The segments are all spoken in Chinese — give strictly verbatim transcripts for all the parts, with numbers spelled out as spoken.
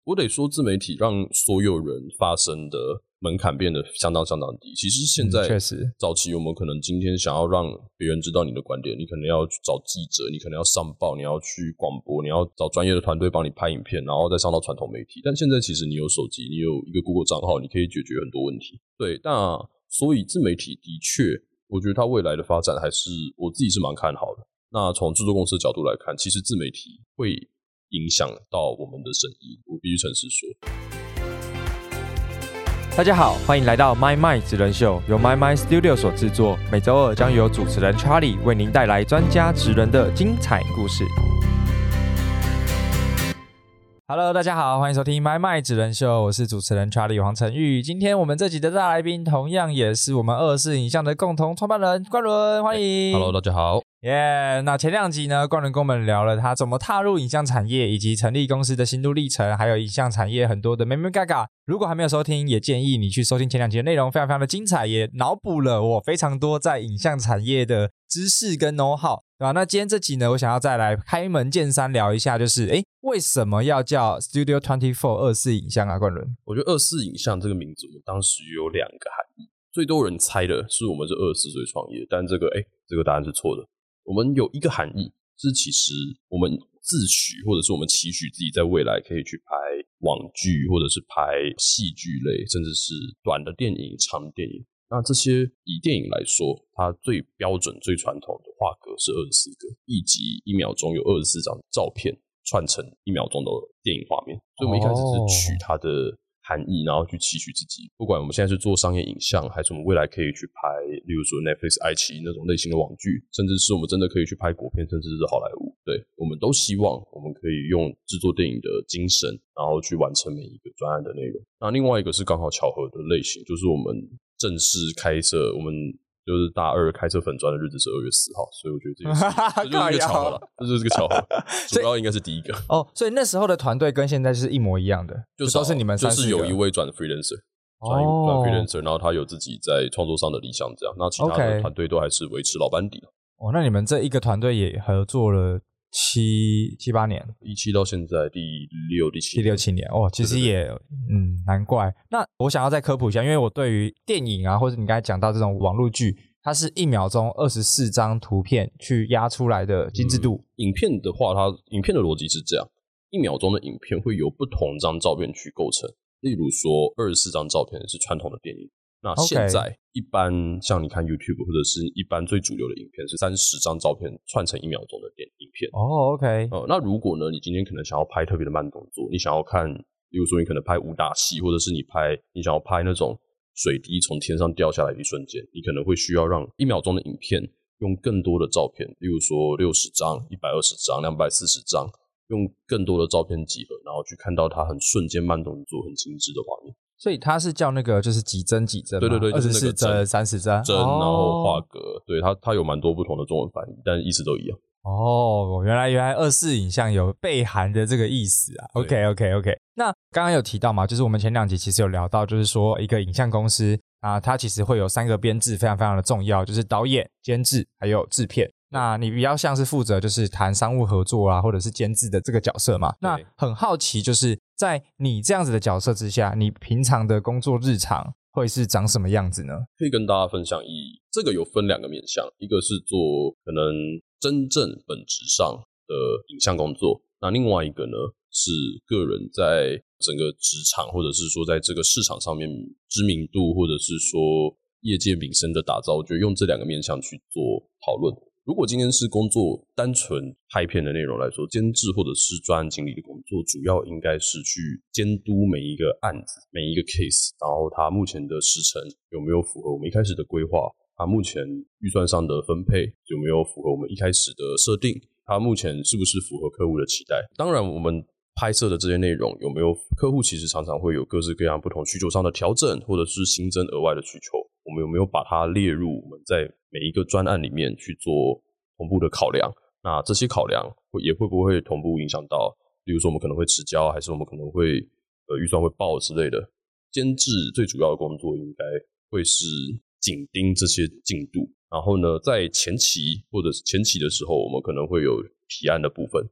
我得说自媒体让所有人发声的门槛变得相当相当低。其实现在确实早期我们可能今天想要让别人知道你的观点，你可能要去找记者，你可能要上报，你要去广播，你要找专业的团队帮你拍影片，然后再上到传统媒体。但现在其实你有手机，你有一个 Google 账号，你可以解决很多问题。对，那所以自媒体的确我觉得它未来的发展还是我自己是蛮看好的。那从制作公司的角度来看，其实自媒体会影响到我们的生意，我必须诚实说。 大家好，欢迎来到 My My 职人秀，由 My My Studio 所制作，每周二将由主持人 Charlie 为您带来专家职人的精彩故事。Hello， 大家好，欢迎收听 My My 职人秀，我是主持人 Charlie 黄承玉。今天我们这集的大来宾，同样也是我们二四影像的共同创办人冠伦，欢迎。 Hello， 大家好。 耶、yeah, 那前两集呢，冠伦跟我们聊了他怎么踏入影像产业，以及成立公司的心路历程，还有影像产业很多的眉眉角角。如果还没有收听，也建议你去收听前两集的内容，非常非常的精彩，也脑补了我非常多在影像产业的知识跟 know how， 对吧？那今天这集呢，我想要再来开门见山聊一下，就是诶，为什么要叫 Studio 二十四 二四影像啊？冠伦， 我觉得二四影像这个名字，我们当时有两个含义。最多人猜的是我们是二十四岁创业，但这个诶，这个答案是错的。我们有一个含义是，其实我们自诩或者是我们期许自己在未来可以去拍网剧，或者是拍戏剧类，甚至是短的电影、长电影。那这些以电影来说，它最标准、最传统的画格是二十四个，一集一秒钟有二十四张照片串成一秒钟的电影画面。所以我们一开始是取它的含义，然后去期许自己，不管我们现在是做商业影像，还是我们未来可以去拍例如说 Netflix 爱奇艺那种类型的网剧，甚至是我们真的可以去拍国片，甚至是好莱坞，对，我们都希望我们可以用制作电影的精神，然后去完成每一个专案的内容。那另外一个是刚好巧合的类型，就是我们正式开设，我们就是大二开设粉专的日子是二月四号，所以我觉得这个这就是一个巧合了，这就是个巧合，主要应该是第一个哦。所以那时候的团队跟现在是一模一样的，就都是你们三四个， 就是有一位转 freelancer， 转一转 freelancer， 然后他有自己在创作上的理想，这样，那其他的团队都还是维持老班底。 哦，那你们这一个团队也合作了七七八年， 一七到现在第六第七第六七年哦，其实也对对对嗯难怪。那我想要再科普一下，因为我对于电影啊，或者你刚才讲到这种网络剧，它是一秒钟二十四张图片去压出来的精致度。 嗯、影片的话，它影片的逻辑是这样：一秒钟的影片会由不同张照片去构成。例如说，二十四张照片是传统的电影。那现在一般像你看 YouTube 或者是一般最主流的影片是三十张照片串成一秒钟的电影片。 哦 ，OK。 呃，那如果呢，你今天可能想要拍特别的慢动作，你想要看，例如说你可能拍武打戏，或者是你拍你想要拍那种水滴从天上掉下来的一瞬间，你可能会需要让一秒钟的影片用更多的照片，例如说六十张、一百二十张、两百四十张，用更多的照片集合，然后去看到它很瞬间慢动作、很精致的画面。 所以它是叫那个就是几帧几帧， 对对对， 二十四帧、三十帧， 帧，然后画格，对它它有蛮多不同的中文翻译，但意思都一样。 哦，原来原来二四影像有备含的这个意思啊。OK OK OK。那刚刚有提到嘛，就是我们前两集其实有聊到，就是说一个影像公司啊，它其实会有三个编制非常非常的重要，就是导演、监制还有制片。那你比较像是负责就是谈商务合作啊，或者是监制的这个角色嘛。那很好奇，就是在你这样子的角色之下，你平常的工作日常会是长什么样子呢？ 可以跟大家分享一，这个有分两个面向，一个是做可能真正本质上的影像工作，那另外一个呢是个人在整个职场或者是说在这个市场上面知名度，或者是说业界名声的打造，我觉得用这两个面向去做讨论。如果今天是工作单纯拍片的内容来说，监制或者是专案经理的工作，主要应该是去监督每一个案子、每一个 case， 然后它目前的时程有没有符合我们一开始的规划，它目前预算上的分配有没有符合我们一开始的设定，它目前是不是符合客户的期待。当然我们拍摄的这些内容有没有客户其实常常会有各式各样不同需求上的调整，或者是新增额外的需求，我们有没有把它列入我们在每一个专案里面去做同步的考量。那这些考量会也会不会同步影响到，比如说我们可能会迟交，还是我们可能会呃预算会爆之类的。监制最主要的工作应该会是紧盯这些进度，然后呢在前期或者是前期的时候，我们可能会有提案的部分，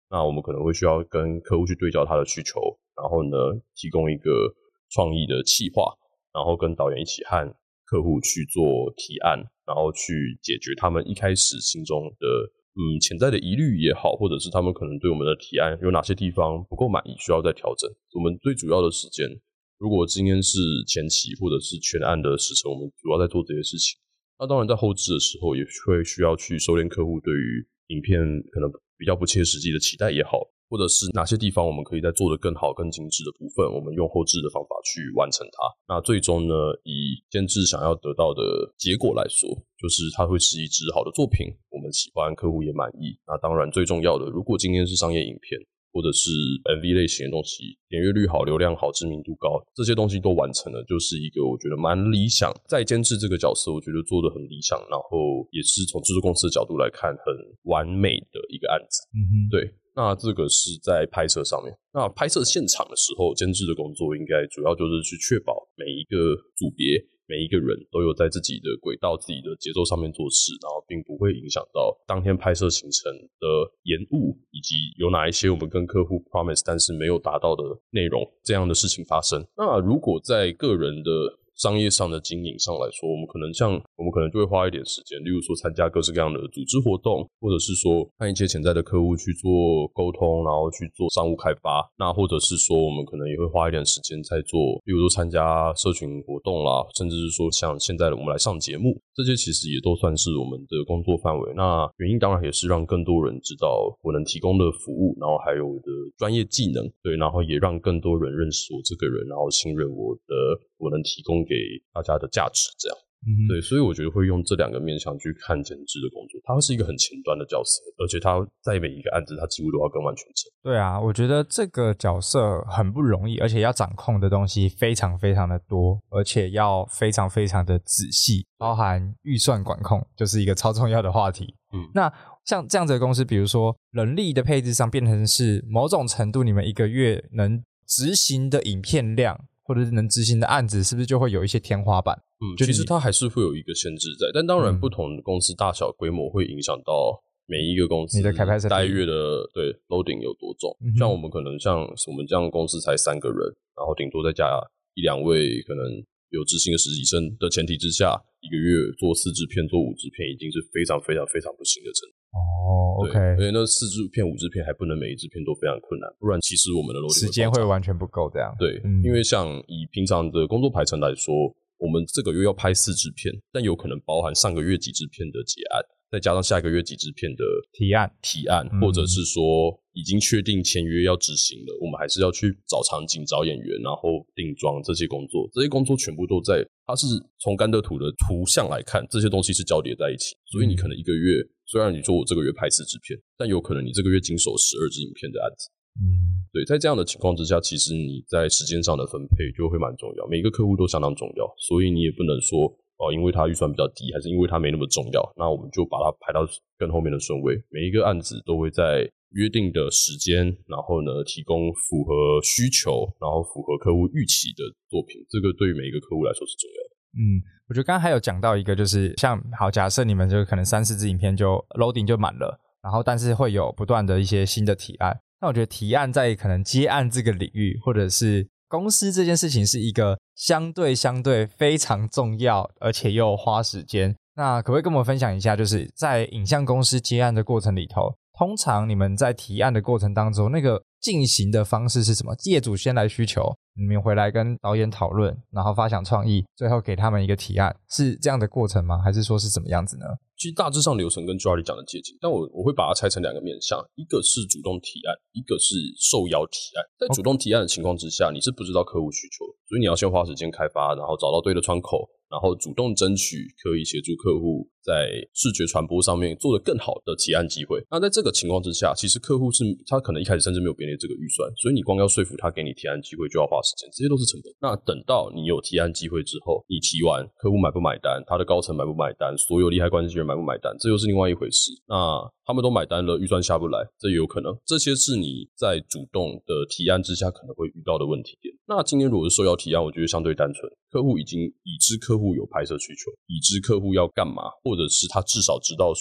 那我们可能会需要跟客户去对焦他的需求，然后呢提供一个创意的企划，然后跟导演一起和客户去做提案，然后去解决他们一开始心中的嗯潜在的疑虑也好，或者是他们可能对我们的提案有哪些地方不够满意，需要再调整。我们最主要的时间，如果今天是前期或者是全案的时程，我们主要在做这些事情。那当然在后制的时候也会需要去收敛客户对于影片可能比较不切实际的期待也好，或者是哪些地方我们可以再做得更好更精致的部分，我们用后制的方法去完成它。那最终呢，以监制想要得到的结果来说，就是它会是一支好的作品，我们喜欢，客户也满意。那当然最重要的，如果今天是商业影片或者是 M V 类型的东西，点阅率好，流量好，知名度高，这些东西都完成了，就是一个我觉得蛮理想。在监制这个角色，我觉得做得很理想，然后也是从制作公司的角度来看，很完美的一个案子。 嗯哼， 对。那这个是在拍摄上面，那拍摄现场的时候，监制的工作应该主要就是去确保每一个组别每一个人都有在自己的轨道自己的节奏上面做事，然后并不会影响到当天拍摄行程的延误，以及有哪一些我们跟客户 promise 但是没有达到的内容，这样的事情发生。那如果在个人的商业上的经营上来说，我们可能像我们可能就会花一点时间，例如说参加各式各样的组织活动，或者是说和一些潜在的客户去做沟通，然后去做商务开发。那或者是说我们可能也会花一点时间在做，例如说参加社群活动啦，甚至是说像现在的我们来上节目，这些其实也都算是我们的工作范围。那原因当然也是让更多人知道我能提供的服务，然后还有我的专业技能，对，然后也让更多人认识我这个人，然后信任我的我能提供给大家的价值，这样。嗯，对，所以我觉得会用这两个面向去看监制的工作，他是一个很前端的角色，而且他在每一个案子他几乎都要跟完全程。 对啊，我觉得这个角色很不容易，而且要掌控的东西非常非常的多，而且要非常非常的仔细，包含预算管控就是一个超重要的话题。嗯，那像这样子的公司，比如说人力的配置上变成是某种程度你们一个月能执行的影片量或者是能执行的案子，是不是就会有一些天花板？ 嗯，其实它还是会有一个限制在，但当然不同的公司大小规模会影响到每一个公司你的 capacity 单月的对 loading 有多重。嗯、像我们可能像我们这样公司才三个人，然后顶多再加一两位可能有执行的实习生的前提之下，一个月做四支片做五支片已经是非常非常非常不行的程度。 哦 ，OK， 而且那四支片五支片还不能每一支片都非常困难，不然其实我们的 loading 时间会完全不够这样。 对、嗯，因为像以平常的工作排程来说，我们这个月要拍四支片，但有可能包含上个月几支片的结案，再加上下个月几支片的提案提案、嗯、或者是说已经确定签约要执行了，我们还是要去找场景找演员，然后定妆，这些工作这些工作全部都在，它是从甘特图的图像来看，这些东西是交叠在一起，所以你可能一个月、嗯、虽然你说我这个月拍四支片，但有可能你这个月经手十二支影片的案子。嗯，对，在这样的情况之下，其实你在时间上的分配就会蛮重要，每一个客户都相当重要，所以你也不能说哦，因为他预算比较低，还是因为他没那么重要，那我们就把它排到更后面的顺位。每一个案子都会在约定的时间，然后呢提供符合需求，然后符合客户预期的作品，这个对于每一个客户来说是重要的。 嗯，我觉得刚刚还有讲到一个，就是像好，假设你们就可能三四支影片就 loading 就满了，然后但是会有不断的一些新的提案。那我觉得提案在可能接案这个领域，或者是公司这件事情，是一个相对相对非常重要，而且又花时间。那可不可以跟我们分享一下，就是在影像公司接案的过程里头，通常你们在提案的过程当中，那个进行的方式是什么？业主先来需求，你们回来跟导演讨论，然后发想创意，最后给他们一个提案，是这样的过程吗？还是说是怎么样子呢？ 其实大致上流程跟 Charlie 讲的接近，但我我会把它拆成两个面向，一个是主动提案，一个是受邀提案。在主动提案的情况之下，你是不知道客户需求的，所以你要先花时间开发，然后找到对的窗口，然后主动争取可以协助客户在视觉传播上面做得更好的提案机会。那在这个情况之下，其实客户是他可能一开始甚至没有编列这个预算，所以你光要说服他给你提案机会就要花时间，这些都是成本。那等到你有提案机会之后，你提完，客户买不买单，他的高层买不买单，所有利害关系人买不买单，这又是另外一回事。那他们都买单了，预算下不来，这也有可能。这些是你在主动的提案之下可能会遇到的问题点。那今天如果是受邀提案，我觉得相对单纯，客户已经已知客户有拍摄需求，已知客户要干嘛，或者是他至少知道说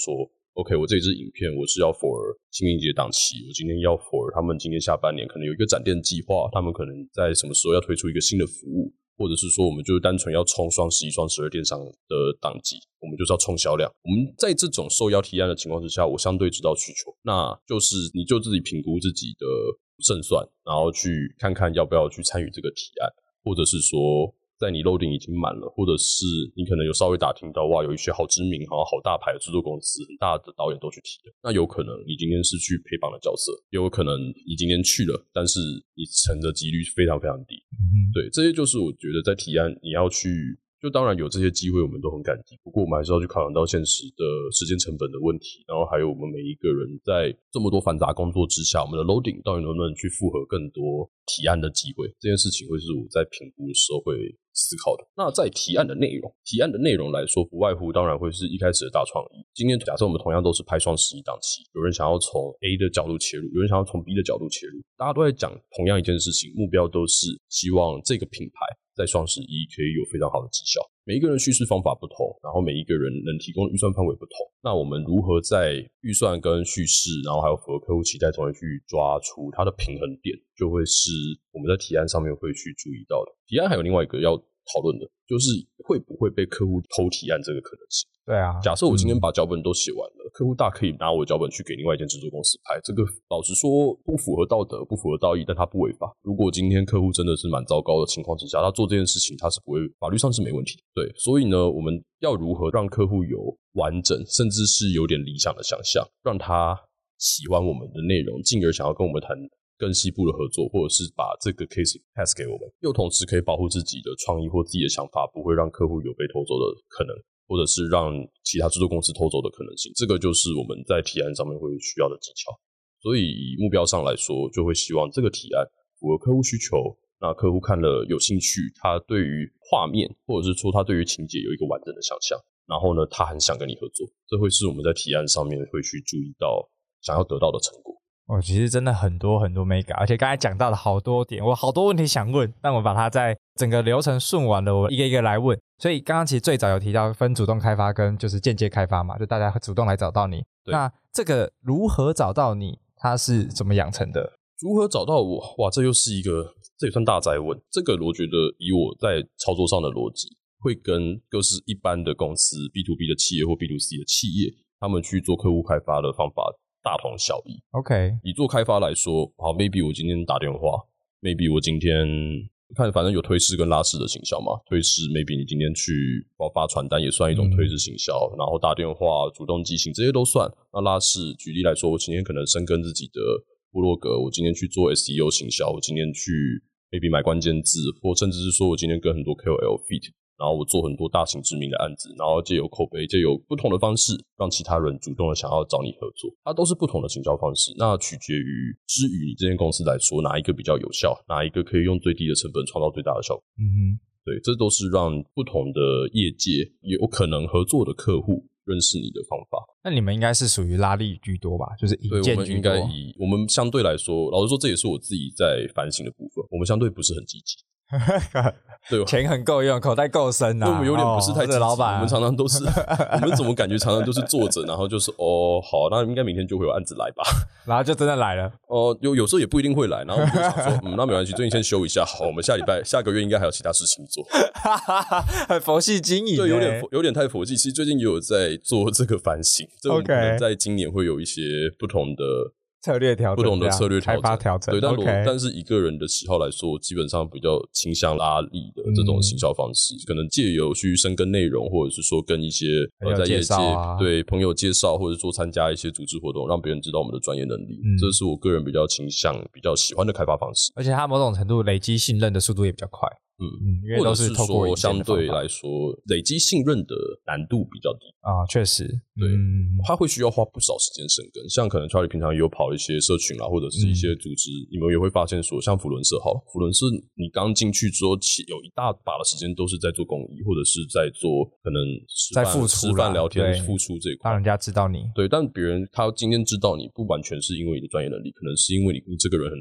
OK， 我这支影片我是要 for 清明节档期，我今天要 for 他们今年下半年可能有一个展店计划，他们可能在什么时候要推出一个新的服务，或者是说我们就是单纯要冲双十一、双十二电商的档期，我们就是要冲销量。我们在这种受邀提案的情况之下，我相对知道需求，那就是你就自己评估自己的胜算，然后去看看要不要去参与这个提案，或者是说在你 loading 已经满了，或者是你可能有稍微打听到哇，有一些好知名、好好大牌的制作公司、很大的导演都去提了，那有可能你今天是去陪榜的角色，也有可能你今天去了，但是你成的几率非常非常低。嗯、对，这些就是我觉得在提案你要去。就当然有这些机会我们都很感激，不过我们还是要去考量到现实的时间成本的问题，然后还有我们每一个人在这么多繁杂工作之下，我们的 loading 到底能不能去复合更多提案的机会，这件事情会是我在评估的时候会思考的。那在提案的内容提案的内容来说，不外乎当然会是一开始的大创意。今天假设我们同样都是拍双十一档期，有人想要从 A 的角度切入，有人想要从 B 的角度切入，大家都在讲同样一件事情，目标都是希望这个品牌在双十一可以有非常好的绩效。每一个人叙事方法不同，然后每一个人能提供的预算范围不同，那我们如何在预算跟叙事，然后还有符合客户期待中去抓出它的平衡点，就会是我们在提案上面会去注意到的。提案还有另外一个要讨论的，就是会不会被客户偷提案这个可能性。 对啊， 假设我今天把脚本都写完了，嗯、客户大可以拿我的脚本去给另外一间制作公司拍，这个老实说不符合道德，不符合道义，但它不违法。如果今天客户真的是蛮糟糕的情况之下，他做这件事情他是不会，法律上是没问题的。对，所以呢，我们要如何让客户有完整，甚至是有点理想的想象，让他喜欢我们的内容，进而想要跟我们谈更细部的合作，或者是把这个 case pass 给我们，又同时可以保护自己的创意或自己的想法，不会让客户有被偷走的可能，或者是让其他制作公司偷走的可能性。这个就是我们在提案上面会需要的技巧。所以以目标上来说，就会希望这个提案符合客户需求，那客户看了有兴趣，他对于画面或者是说他对于情节有一个完整的想象，然后呢他很想跟你合作，这会是我们在提案上面会去注意到想要得到的成果。 哦，其实真的很多很多 mega， 而且刚才讲到了好多点，我好多问题想问，但我把它在整个流程顺完了，我一个一个来问。所以刚刚其实最早有提到分主动开发跟就是间接开发嘛，就大家主动来找到你。那这个如何找到你，它是怎么养成的？ 如何找到我？哇，这又是一个，这也算大哉问。这个我觉得以我在操作上的逻辑，会跟就是一般的公司 B to B 的企业或 B to C 的企业，他们去做客户开发的方法大同小异。 OK， 以做开发来说，好 maybe 我今天打电话， maybe 我今天看反正有推式跟拉式的行销嘛，推式 maybe 你今天去发传单也算一种推式行销、嗯、然后打电话主动寄信这些都算。那拉式举例来说，我今天可能深耕自己的部落格，我今天去做 S E O 行销，我今天去 maybe 买关键字，或甚至是说我今天跟很多 K O L fit，然后我做很多大型知名的案子，然后借由口碑，借由不同的方式让其他人主动的想要找你合作，它都是不同的行销方式。那取决于至于你这间公司来说哪一个比较有效，哪一个可以用最低的成本创造最大的效果。 嗯哼， 对，这都是让不同的业界有可能合作的客户认识你的方法。 那你们应该是属于拉力居多吧，就是引荐居多。 对，我们应该以我们相对来说，老实说这也是我自己在反省的部分，我们相对不是很积极。 对，钱很够用，口袋够深啊。 我们有点不是太积极、哦、 老板、啊， 我们常常都是，我们怎么感觉常常都是坐着，然后就是哦，好，那应该明天就会有案子来吧， 然后就真的来了。 哦、呃，有有时候也不一定会来，然后我们就想说，嗯，那没关系，最近先休一下，好，我们下礼拜、下个月应该还有其他事情做， 很佛系经营， 对，有点有点太佛系。其实最近也有在做这个反省，这我们可能在今年会有一些不同的。 策略调整， 不同的策略调整， 开发调整， 对，但、 okay. 但是以个人的喜好来说，基本上比较倾向拉力的这种行销方式，嗯、可能借由去深耕内容，或者是说跟一些呃在业界、啊、对朋友介绍，或者说参加一些组织活动，让别人知道我们的专业能力、嗯，这是我个人比较倾向、比较喜欢的开发方式。 而且它某种程度累积信任的速度也比较快。 嗯，因为都是透过相对来说累积信任的难度比较低啊，确实， 对，嗯、他会需要花不少时间深耕。像可能 Charlie 平常也有跑一些社群啦，或者是一些组织，嗯、你们也会发现说，像福伦社好，福伦社你刚进去之后，有一大把的时间都是在做公益，或者是在做可能在付出吃饭聊天付出这一块， 让人家知道你。 对，但别人他今天知道你不完全是因为你的专业能力，可能是因为你你这个人很好。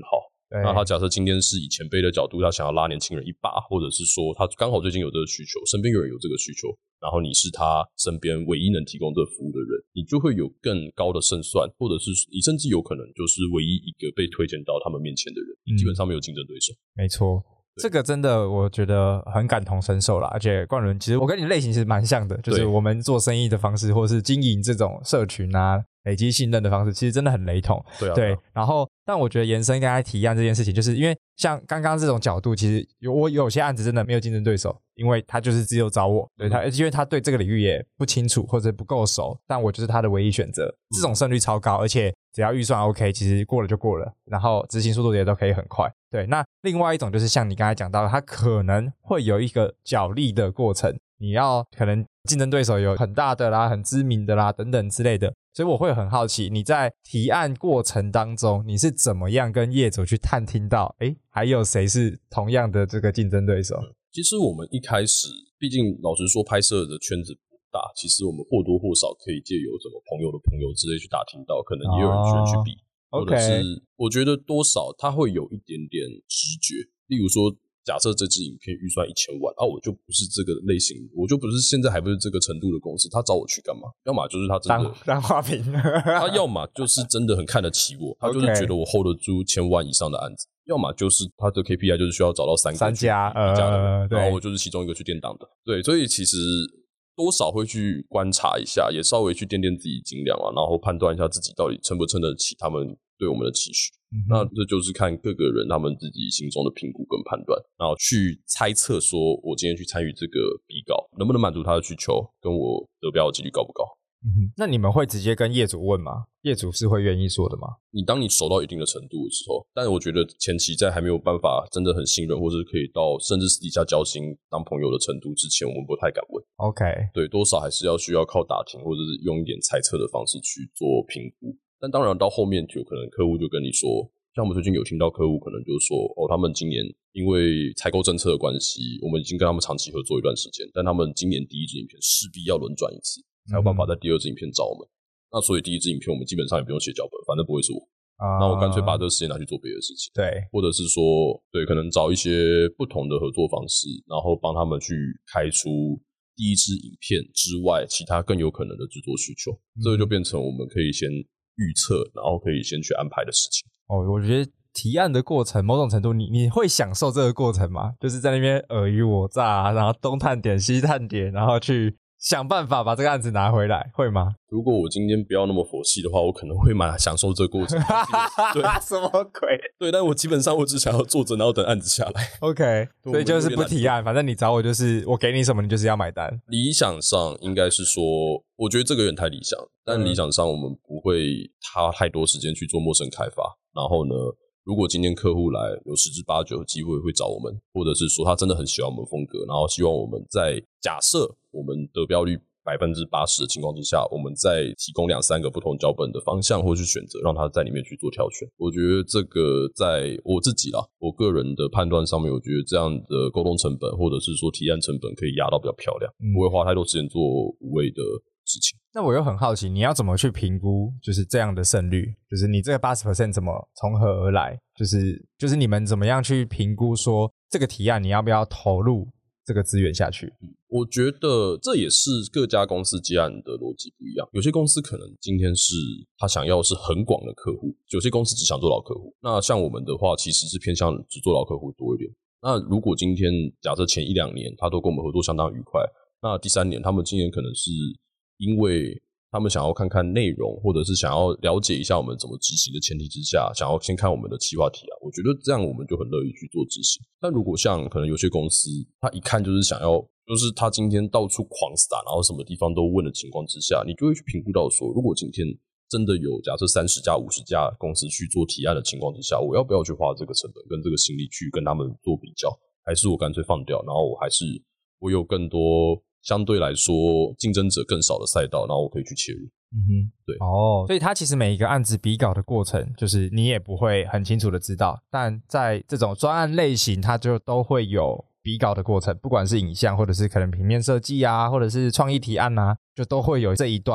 那他假设今天是以前辈的角度，他想要拉年轻人一把，或者是说他刚好最近有这个需求，身边有人有这个需求，然后你是他身边唯一能提供这个服务的人，你就会有更高的胜算，或者是你甚至有可能就是唯一一个被推荐到他们面前的人，你基本上没有竞争对手。 没错。这个真的我觉得很感同身受啦，而且冠伦其实我跟你类型是蛮像的，就是我们做生意的方式或是经营这种社群啊累积信任的方式其实真的很雷同。 对啊， 对，然后但我觉得延伸刚才提案这件事情，就是因为像刚刚这种角度，其实有我有些案子真的没有竞争对手，因为他就是只有找我，对他，因为他对这个领域也不清楚或者不够熟，但我就是他的唯一选择，这种胜率超高，而且只要预算 OK， 其实过了就过了，然后执行速度也都可以很快。对，那另外一种就是像你刚才讲到的，它可能会有一个角力的过程，你要可能竞争对手有很大的啦、很知名的啦等等之类的，所以我会很好奇你在提案过程当中你是怎么样跟业主去探听到诶还有谁是同样的这个竞争对手。 嗯，其实我们一开始毕竟老实说拍摄的圈子不大，其实我们或多或少可以借由什么朋友的朋友之类去打听到，可能也有人去人去比、哦、或者是我觉得多少他会有一点点直觉，例如说假设这支影片预算一千万啊，我就不是这个类型，我就不是现在还不是这个程度的公司，他找我去干嘛？要么就是他真的当花瓶， 他要么就是真的很看得起我，他就是觉得我 hold 得住千万以上的案子，要么就是他的 K P I 就是需要找到三个三家一家的人、 呃， 然后我就是其中一个去垫档的。对，所以其实多少会去观察一下，也稍微去掂掂自己斤两啊，然后判断一下自己到底撑不撑得起他们对我们的期许、嗯、那这就是看各个人他们自己心中的评估跟判断，然后去猜测说我今天去参与这个比稿能不能满足他的需求，跟我得标的几率高不高。 嗯，那你们会直接跟业主问吗？业主是会愿意说的吗？ 你当你熟到一定的程度的时候，但是我觉得前期在还没有办法真的很信任，或是可以到甚至私底下交心当朋友的程度之前，我们不太敢问。 OK， 对，多少还是要需要靠打听或者是用一点猜测的方式去做评估。但当然到后面就可能客户就跟你说，像我们最近有听到客户可能就是说哦，他们今年因为采购政策的关系，我们已经跟他们长期合作一段时间，但他们今年第一支影片势必要轮转一次才有办法在第二支影片找我们、嗯、那所以第一支影片我们基本上也不用写脚本，反正不会是我、uh, 那我干脆把这个时间拿去做别的事情。 对， 或者是说对，可能找一些不同的合作方式，然后帮他们去开出第一支影片之外其他更有可能的制作需求、嗯、这个就变成我们可以先预测，然后可以先去安排的事情。 哦，我觉得提案的过程某种程度你你会享受这个过程吗？就是在那边尔虞我诈，然后东探点西探点，然后去想办法把这个案子拿回来，会吗？ 如果我今天不要那么佛系的话，我可能会蛮享受这个过程。对， 什么鬼？ 对，但我基本上我只想要坐着，然后等案子下来。 OK， 所以就是不提案，反正你找我就是我给你什么，你就是要买单。 理想上应该是说，我觉得这个有点太理想，但理想上我们不会花太多时间去做陌生开发。然后呢，如果今天客户来，有十之八九的机会会找我们，或者是说他真的很喜欢我们风格，然后希望我们在假设我们得标率百分之八十的情况之下，我们再提供两三个不同脚本的方向或是选择，让他在里面去做挑选。我觉得这个在我自己啦，我个人的判断上面，我觉得这样的沟通成本或者是说提案成本可以压到比较漂亮、嗯、不会花太多时间做无谓的事情。 那我又很好奇，你要怎么去评估就是这样的胜率，就是你这个 百分之八十 怎么从何而来，就是就是你们怎么样去评估说这个提案你要不要投入这个资源下去、 嗯、我觉得这也是各家公司接案的逻辑不一样，有些公司可能今天是他想要是很广的客户，有些公司只想做老客户，那像我们的话其实是偏向只做老客户多一点。那如果今天假设前一两年他都跟我们合作相当愉快，那第三年他们今年可能是因为他们想要看看内容，或者是想要了解一下我们怎么执行的前提之下，想要先看我们的企划提案，我觉得这样我们就很乐意去做执行。但如果像可能有些公司他一看就是想要，就是他今天到处狂撒，然后什么地方都问的情况之下，你就会去评估到说，如果今天真的有假设三十家五十家公司去做提案的情况之下，我要不要去花这个成本跟这个心力去跟他们做比较，还是我干脆放掉，然后我还是我有更多相对来说竞争者更少的赛道，然后我可以去切入。嗯哼，对哦，所以它其实每一个案子比稿的过程，就是你也不会很清楚的知道，但在这种专案类型，它就都会有比稿的过程，不管是影像或者是可能平面设计啊，或者是创意提案啊，就都会有这一段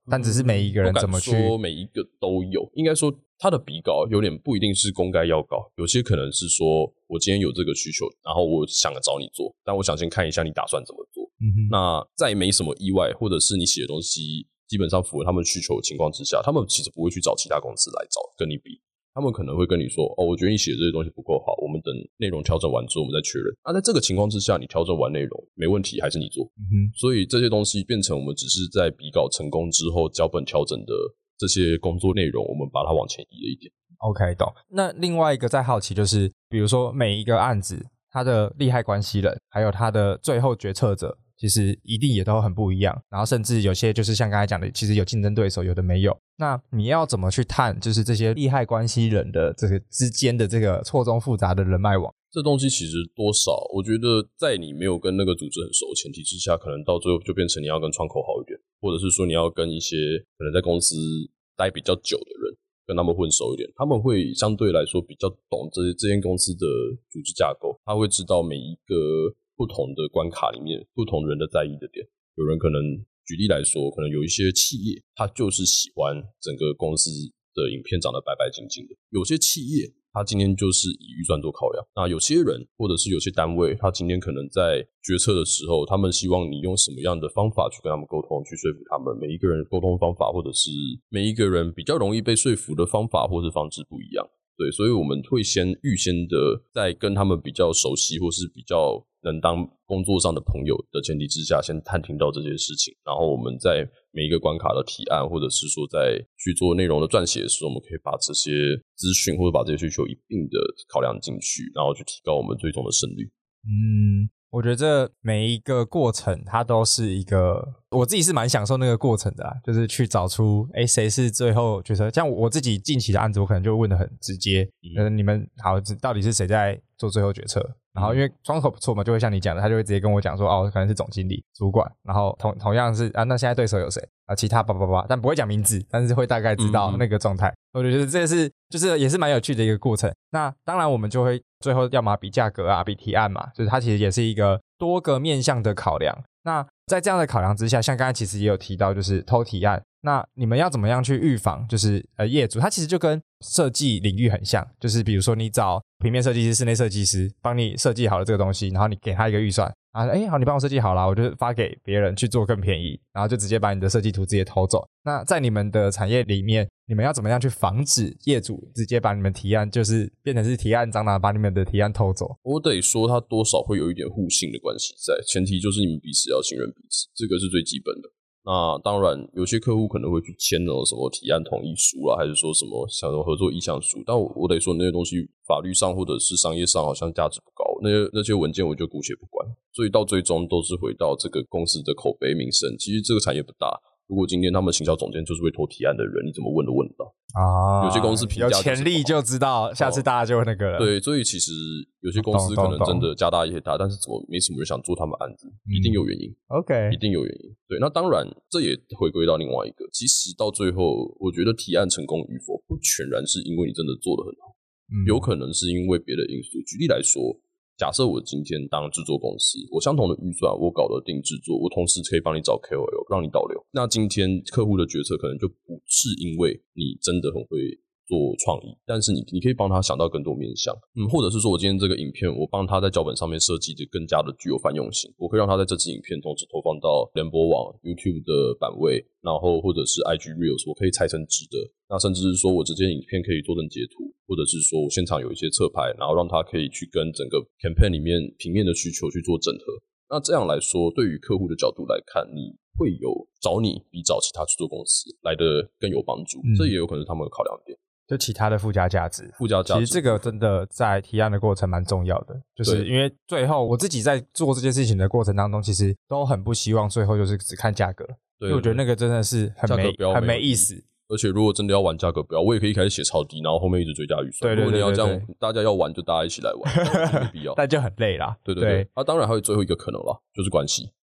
但只是每一个人怎么去、 嗯、说每一个都有，应该说他的比稿有点不一定是公该要稿，有些可能是说我今天有这个需求，然后我想找你做，但我想先看一下你打算怎么做。嗯哼，那在没什么意外，或者是你写的东西基本上符合他们需求的情况之下，他们其实不会去找其他公司来找跟你比。他们可能会跟你说，哦，我觉得你写的这些东西不够好，我们等内容调整完之后我们再确认。那、啊、在这个情况之下，你调整完内容没问题，还是你做。嗯哼，所以这些东西变成我们只是在比稿成功之后脚本调整的这些工作内容，我们把它往前移了一点。 OK， 懂。那另外一个再好奇就是，比如说每一个案子，它的利害关系人，还有它的最后决策者，其实一定也都很不一样，然后甚至有些就是像刚才讲的，其实有竞争对手，有的没有。那你要怎么去探就是这些利害关系人的这个之间的这个错综复杂的人脉网？ 这东西其实多少我觉得在你没有跟那个组织很熟的前提之下，可能到最后就变成你要跟窗口好一点，或者是说你要跟一些可能在公司待比较久的人跟他们混熟一点，他们会相对来说比较懂这这间公司的组织架构，他会知道每一个不同的关卡里面不同人的在意的点。有人可能举例来说，可能有一些企业他就是喜欢整个公司的影片长得白白净净的，有些企业他今天就是以预算做考量，那有些人或者是有些单位他今天可能在决策的时候，他们希望你用什么样的方法去跟他们沟通，去说服他们。每一个人沟通方法或者是每一个人比较容易被说服的方法或是方式不一样，对，所以我们会先预先的在跟他们比较熟悉或是比较能当工作上的朋友的前提之下，先探听到这些事情，然后我们在每一个关卡的提案或者是说在去做内容的撰写的时候，我们可以把这些资讯或者把这些需求一并的考量进去，然后去提高我们最终的胜率。 嗯，我觉得这每一个过程它都是一个，我自己是蛮享受那个过程的啦，就是去找出诶谁是最后决策。像我自己近期的案子，我可能就问得很直接，嗯，你们好到底是谁在做最后决策，然后因为窗口不错嘛，就会像你讲的，他就会直接跟我讲说，哦可能是总经理主管，然后同同样是啊那现在对手有谁啊，其他叭叭叭，但不会讲名字，但是会大概知道那个状态。嗯嗯，我觉得这是就是也是蛮有趣的一个过程。那当然我们就会最后要么比价格啊，比提案嘛，就是它其实也是一个多个面向的考量。那在这样的考量之下，像刚才其实也有提到就是偷提案，那你们要怎么样去预防就是呃业主，它其实就跟设计领域很像，就是比如说你找平面设计师、室内设计师帮你设计好了这个东西，然后你给他一个预算，然后哎好，你帮我设计好了，我就发给别人去做更便宜，然后就直接把你的设计图直接偷走。那在你们的产业里面，你们要怎么样去防止业主直接把你们提案就是变成是提案蟑螂，把你们的提案偷走？ 我得说它多少会有一点互信的关系在，前提就是你们彼此要信任彼此，这个是最基本的。那当然有些客户可能会去签那种什么提案同意书啦，还是说什么像合作意向书，但 我, 我得说那些东西法律上或者是商业上好像价值不高，那些那些文件我就姑且不管，所以到最终都是回到这个公司的口碑名声。其实这个产业不大，如果今天他们行销总监就是会投提案的人，你怎么问都问得到啊。有些公司评价、 就是、有潜力就知道下次大家就那个了、 哦、对，所以其实有些公司可能真的家大业大，但是怎么没什么人想做他们案子、嗯、一定有原因。 OK， 一定有原因。对，那当然这也回归到另外一个，其实到最后我觉得提案成功与否不全然是因为你真的做得很好、嗯、有可能是因为别的因素。举例来说，假设我今天当制作公司，我相同的预算我搞得定制作，我同时可以帮你找 K O L 让你导流，那今天客户的决策可能就不是因为你真的很会做创意，但是你你可以帮他想到更多面向，嗯，或者是说我今天这个影片我帮他在脚本上面设计的更加的具有泛用性，我可以让他在这支影片同时投放到联播网 YouTube 的版位，然后或者是 I G Reels 我可以拆成直的，那甚至是说我这支影片可以做成截图，或者是说我现场有一些侧拍，然后让他可以去跟整个 campaign 里面平面的需求去做整合。那这样来说，对于客户的角度来看，你会有找你比找其他制作公司来的更有帮助、嗯、这也有可能是他们的考量点， 就其他的附加价值。 附加价值， 其实这个真的在提案的过程蛮重要的，就是因为最后我自己在做这件事情的过程当中，其实都很不希望最后就是只看价格，对，因为我觉得那个真的是很没很没意思。 而且如果真的要玩价格标，我也可以一开始写超低，然后后面一直追加预算。对对对对对，如果你要这样，大家要玩就大家一起来玩，没必要， 但就很累啦。 对对对，对啊，当然还有最后一个可能啦，就是关系。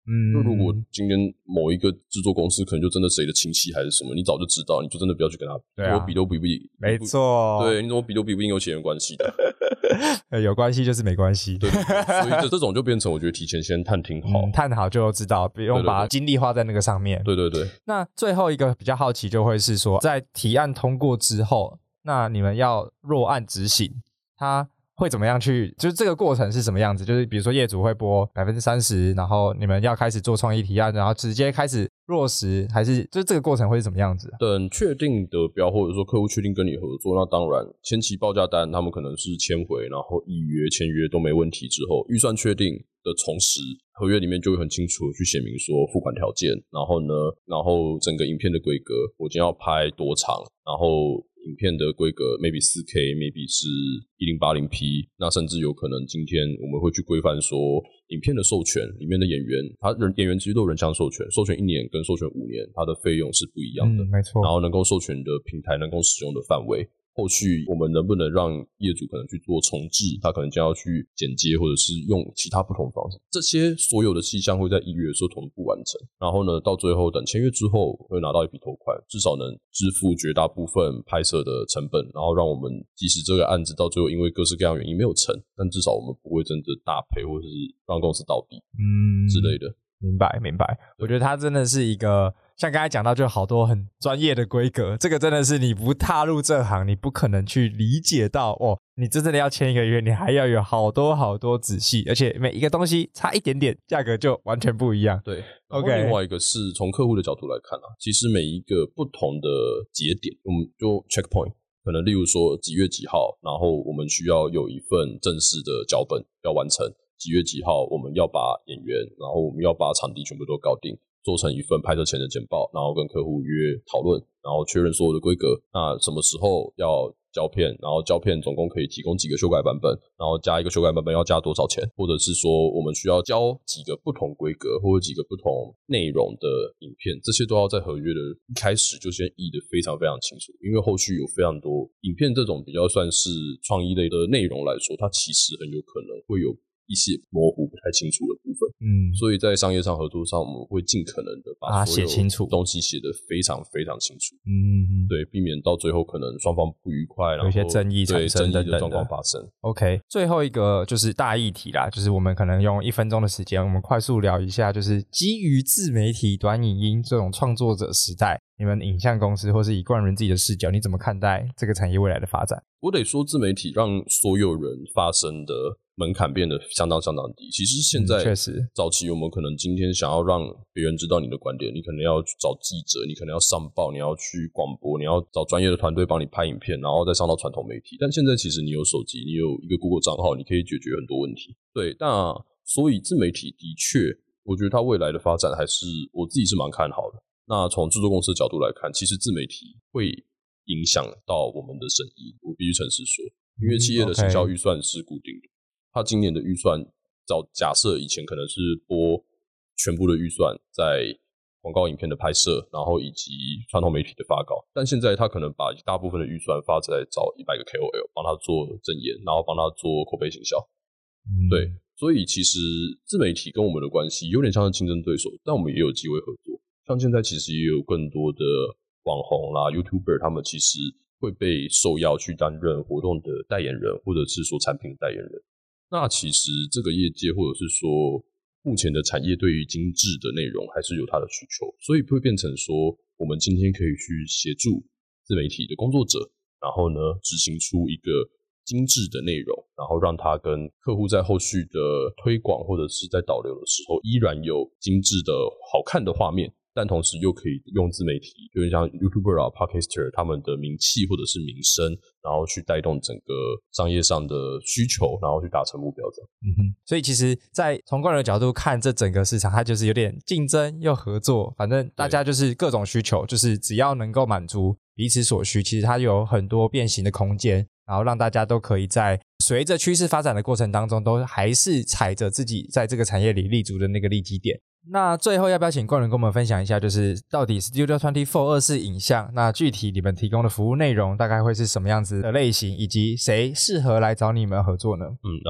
嗯， 就如果今天某一个制作公司可能就真的谁的亲戚还是什么，你早就知道，你就真的不要去跟他比， 对啊， 我比都比不赢， 没错， 对，你怎么比都比不赢有血缘关系的。 有关系就是没关系， 对对对，所以这这种就变成我觉得提前先探听好， 嗯、探好就知道，不用把精力花在那个上面。 对对对。 那最后一个比较好奇就会是说，在提案通过之后，那你们要落案执行，它会怎么样去？就是这个过程是什么样子？就是比如说业主会拨百分之三十，然后你们要开始做创意提案，然后直接开始落实，还是就是这个过程会是怎么样子？ 等确定得标，或者说客户确定跟你合作，那当然前期报价单他们可能是签回，然后预约签约都没问题之后，预算确定的同时，合约里面就会很清楚的去写明说付款条件，然后呢，然后整个影片的规格，我今天要拍多长，然后影片的规格 maybe 四 K maybe 是 一零八零 P， 那甚至有可能今天我们会去规范说影片的授权里面的演员，他人演员其实都有人项授权，授权一年跟授权五年它的费用是不一样的， 嗯，没错， 然后能够授权的平台能够使用的范围，后续我们能不能让业主可能去做重置，他可能将要去剪接或者是用其他不同方式，这些所有的细项会在一月的时候同步完成，然后呢到最后等签约之后会拿到一笔头款，至少能支付绝大部分拍摄的成本，然后让我们即使这个案子到最后因为各式各样原因没有成，但至少我们不会真的大赔或者是让公司倒闭嗯之类的。 明白明白，我觉得它真的是一个像刚才讲到就好多很专业的规格，这个真的是你不踏入这行你不可能去理解到哦，你真正的要签一个约你还要有好多好多仔细，而且每一个东西差一点点价格就完全不一样。 对 OK， 另外一个是从客户的角度来看啊，其实每一个不同的节点我们就 checkpoint， 可能例如说几月几号，然后我们需要有一份正式的脚本要完成，几月几号我们要把演员，然后我们要把场地全部都搞定，做成一份拍摄前的简报，然后跟客户约讨论，然后确认所有的规格，那什么时候要胶片，然后胶片总共可以提供几个修改版本，然后加一个修改版本要加多少钱，或者是说我们需要交几个不同规格或者几个不同内容的影片，这些都要在合约的一开始就先议得非常非常清楚，因为后续有非常多影片这种比较算是创意类的内容来说，它其实很有可能会有一些模糊不太清楚的部分，嗯，所以在商业上合作上，我们会尽可能的把所有东西写得非常非常清楚，嗯，对，避免到最后可能双方不愉快，然后有一些争议产生等等的状况发生。 OK， 最后一个就是大议题啦，就是我们可能用一分钟的时间，我们快速聊一下，就是基于自媒体、短影音这种创作者时代，你们影像公司或是以冠伦自己的视角，你怎么看待这个产业未来的发展？ 我得说，自媒体让所有人发声的门槛变得相当相当低。其实现在确实， 早期我们可能今天想要让别人知道你的观点，你可能要去找记者，你可能要上报，你要去广播，你要找专业的团队帮你拍影片，然后再上到传统媒体。但现在其实你有手机，你有一个 Google 账号，你可以解决很多问题。对，那所以自媒体的确，我觉得它未来的发展还是我自己是蛮看好的。那从制作公司的角度来看，其实自媒体会影响到我们的生意，我必须诚实说，因为企业的行销预算是固定的，他今年的预算，照假设以前可能是拨全部的预算在广告影片的拍摄，然后以及传统媒体的发稿，但现在他可能把大部分的预算发在找一百个 K O L 帮他做证言，然后帮他做口碑行销，嗯、对，所以其实自媒体跟我们的关系有点像是竞争对手，但我们也有机会合作。像现在其实也有更多的网红啦 YouTuber， 他们其实会被受邀去担任活动的代言人，或者是说产品的代言人。那其实这个业界或者是说目前的产业对于精致的内容还是有它的需求，所以会变成说我们今天可以去协助自媒体的工作者，然后呢执行出一个精致的内容，然后让他跟客户在后续的推广或者是在导流的时候依然有精致的好看的画面，但同时又可以用自媒体，有点像 YouTuber 啊 Podcaster 他们的名气或者是名声，然后去带动整个商业上的需求，然后去达成目标这样。 嗯哼，所以其实在从个人的角度看这整个市场，它就是有点竞争又合作，反正大家就是各种需求，就是只要能够满足彼此所需，其实它有很多变形的空间，然后让大家都可以在随着趋势发展的过程当中，都还是踩着自己在这个产业里立足的那个立基点。那最后要不要请冠伦跟我们分享一下，就是到底 Studio 二十四 二四影像，那具体你们提供的服务内容大概会是什么样子的类型，以及谁适合来找你们合作呢？ 嗯，了解。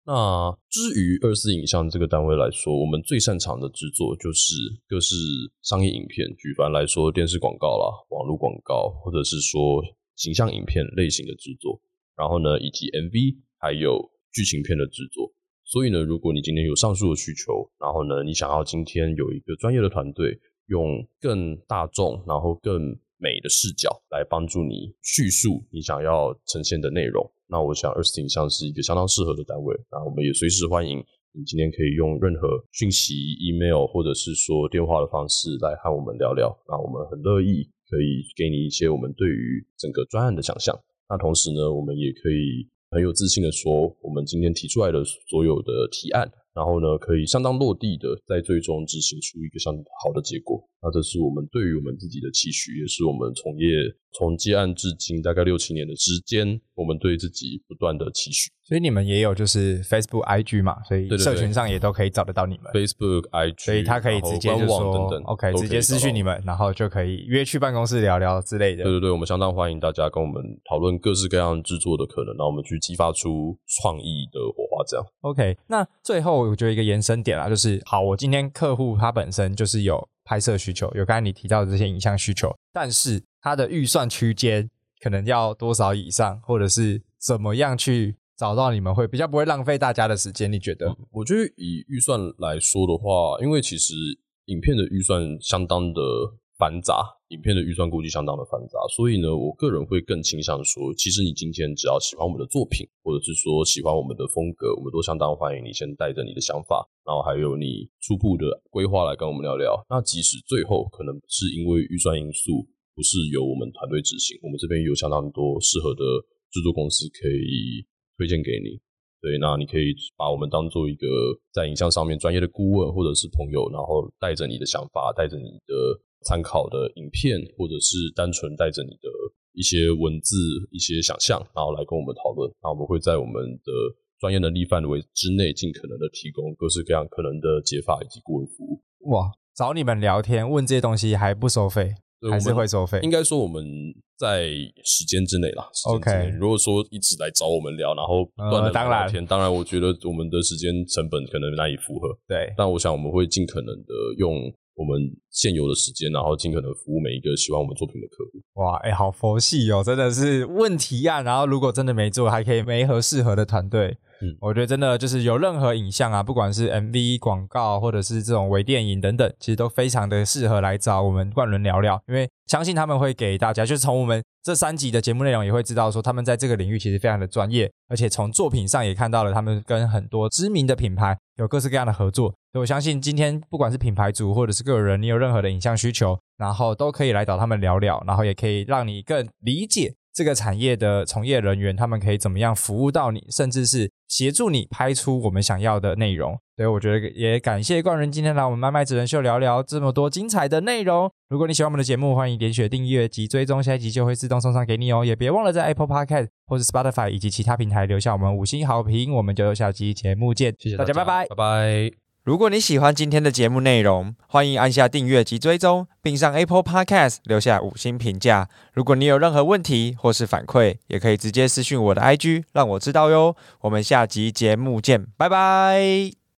那至于二四影像这个单位来说，我们最擅长的制作就是各式商业影片，举凡来说电视广告啦、网络广告，或者是说形象影片类型的制作，然后呢以及 M V 还有剧情片的制作。所以呢，如果你今天有上述的需求，然后呢你想要今天有一个专业的团队，用更大众然后更美的视角来帮助你叙述你想要呈现的内容，那我想二四影像是一个相当适合的单位。那我们也随时欢迎你今天可以用任何讯息 email 或者是说电话的方式来和我们聊聊，那我们很乐意可以给你一些我们对于整个专案的想象。那同时呢，我们也可以很有自信的说，我们今天提出来的所有的提案，然后呢可以相当落地的在最终执行出一个相当好的结果。那这是我们对于我们自己的期许，也是我们从业从接案至今大概六七年的时间，我们对自己不断的期许。 所以你们也有就是 Facebook I G 嘛，所以社群上也都可以找得到你们。 对对对 Facebook I G， 所以他可以直接就说等等 OK 直接私讯你们，然后就可以约去办公室聊聊之类的。 对对对，我们相当欢迎大家跟我们讨论各式各样制作的可能，让我们去激发出创意的火花这样。 OK， 那最后我觉得一个延伸点啦，就是好，我今天客户他本身就是有拍摄需求，有刚才你提到的这些影像需求，但是他的预算区间可能要多少以上，或者是怎么样去找到你们会比较不会浪费大家的时间，你觉得？ 嗯、我觉得以预算来说的话，因为其实影片的预算相当的繁杂，影片的预算估计相当的繁杂，所以呢我个人会更倾向说，其实你今天只要喜欢我们的作品，或者是说喜欢我们的风格，我们都相当欢迎你先带着你的想法，然后还有你初步的规划来跟我们聊聊。那即使最后可能是因为预算因素不是由我们团队执行，我们这边有相当多适合的制作公司可以推荐给你。对，那你可以把我们当做一个在影像上面专业的顾问或者是朋友，然后带着你的想法，带着你的参考的影片，或者是单纯带着你的一些文字一些想象，然后来跟我们讨论。那我们会在我们的专业能力范围之内尽可能的提供各式各样可能的解法以及顾问服务。 哇，找你们聊天问这些东西还不收费？还是会收费？ 应该说我们在时间之内啦，时间之内。 OK， 如果说一直来找我们聊，然后不断的聊天、呃、当然当然我觉得我们的时间成本可能难以负荷。 对， 但我想我们会尽可能的用我们现有的时间，然后尽可能服务每一个喜欢我们作品的客户。 哇，哎、欸，好佛系哦，真的是问提案，然后如果真的没做，还可以媒合适合的团队。嗯，我觉得真的就是有任何影像啊，不管是 M V 广告或者是这种微电影等等，其实都非常的适合来找我们冠伦聊聊，因为相信他们会给大家，就是从我们这三集的节目内容也会知道说，他们在这个领域其实非常的专业，而且从作品上也看到了他们跟很多知名的品牌有各式各样的合作。所以我相信今天不管是品牌主或者是个人，你有任何的影像需求，然后都可以来找他们聊聊，然后也可以让你更理解这个产业的从业人员他们可以怎么样服务到你，甚至是协助你拍出我们想要的内容。所以我觉得也感谢冠伦今天来我们麦麦职人秀聊聊这么多精彩的内容。如果你喜欢我们的节目，欢迎点选订阅及追踪，下一集就会自动送上给你哦。也别忘了在 Apple Podcast 或是 Spotify 以及其他平台留下我们五星好评。我们就下期节目见， 谢谢大家，拜拜， 拜拜。 如果你喜欢今天的节目内容，欢迎按下订阅及追踪，并上 Apple Podcast 留下五星评价。如果你有任何问题或是反馈，也可以直接私讯我的 I G 让我知道哟。我们下集节目见，拜拜。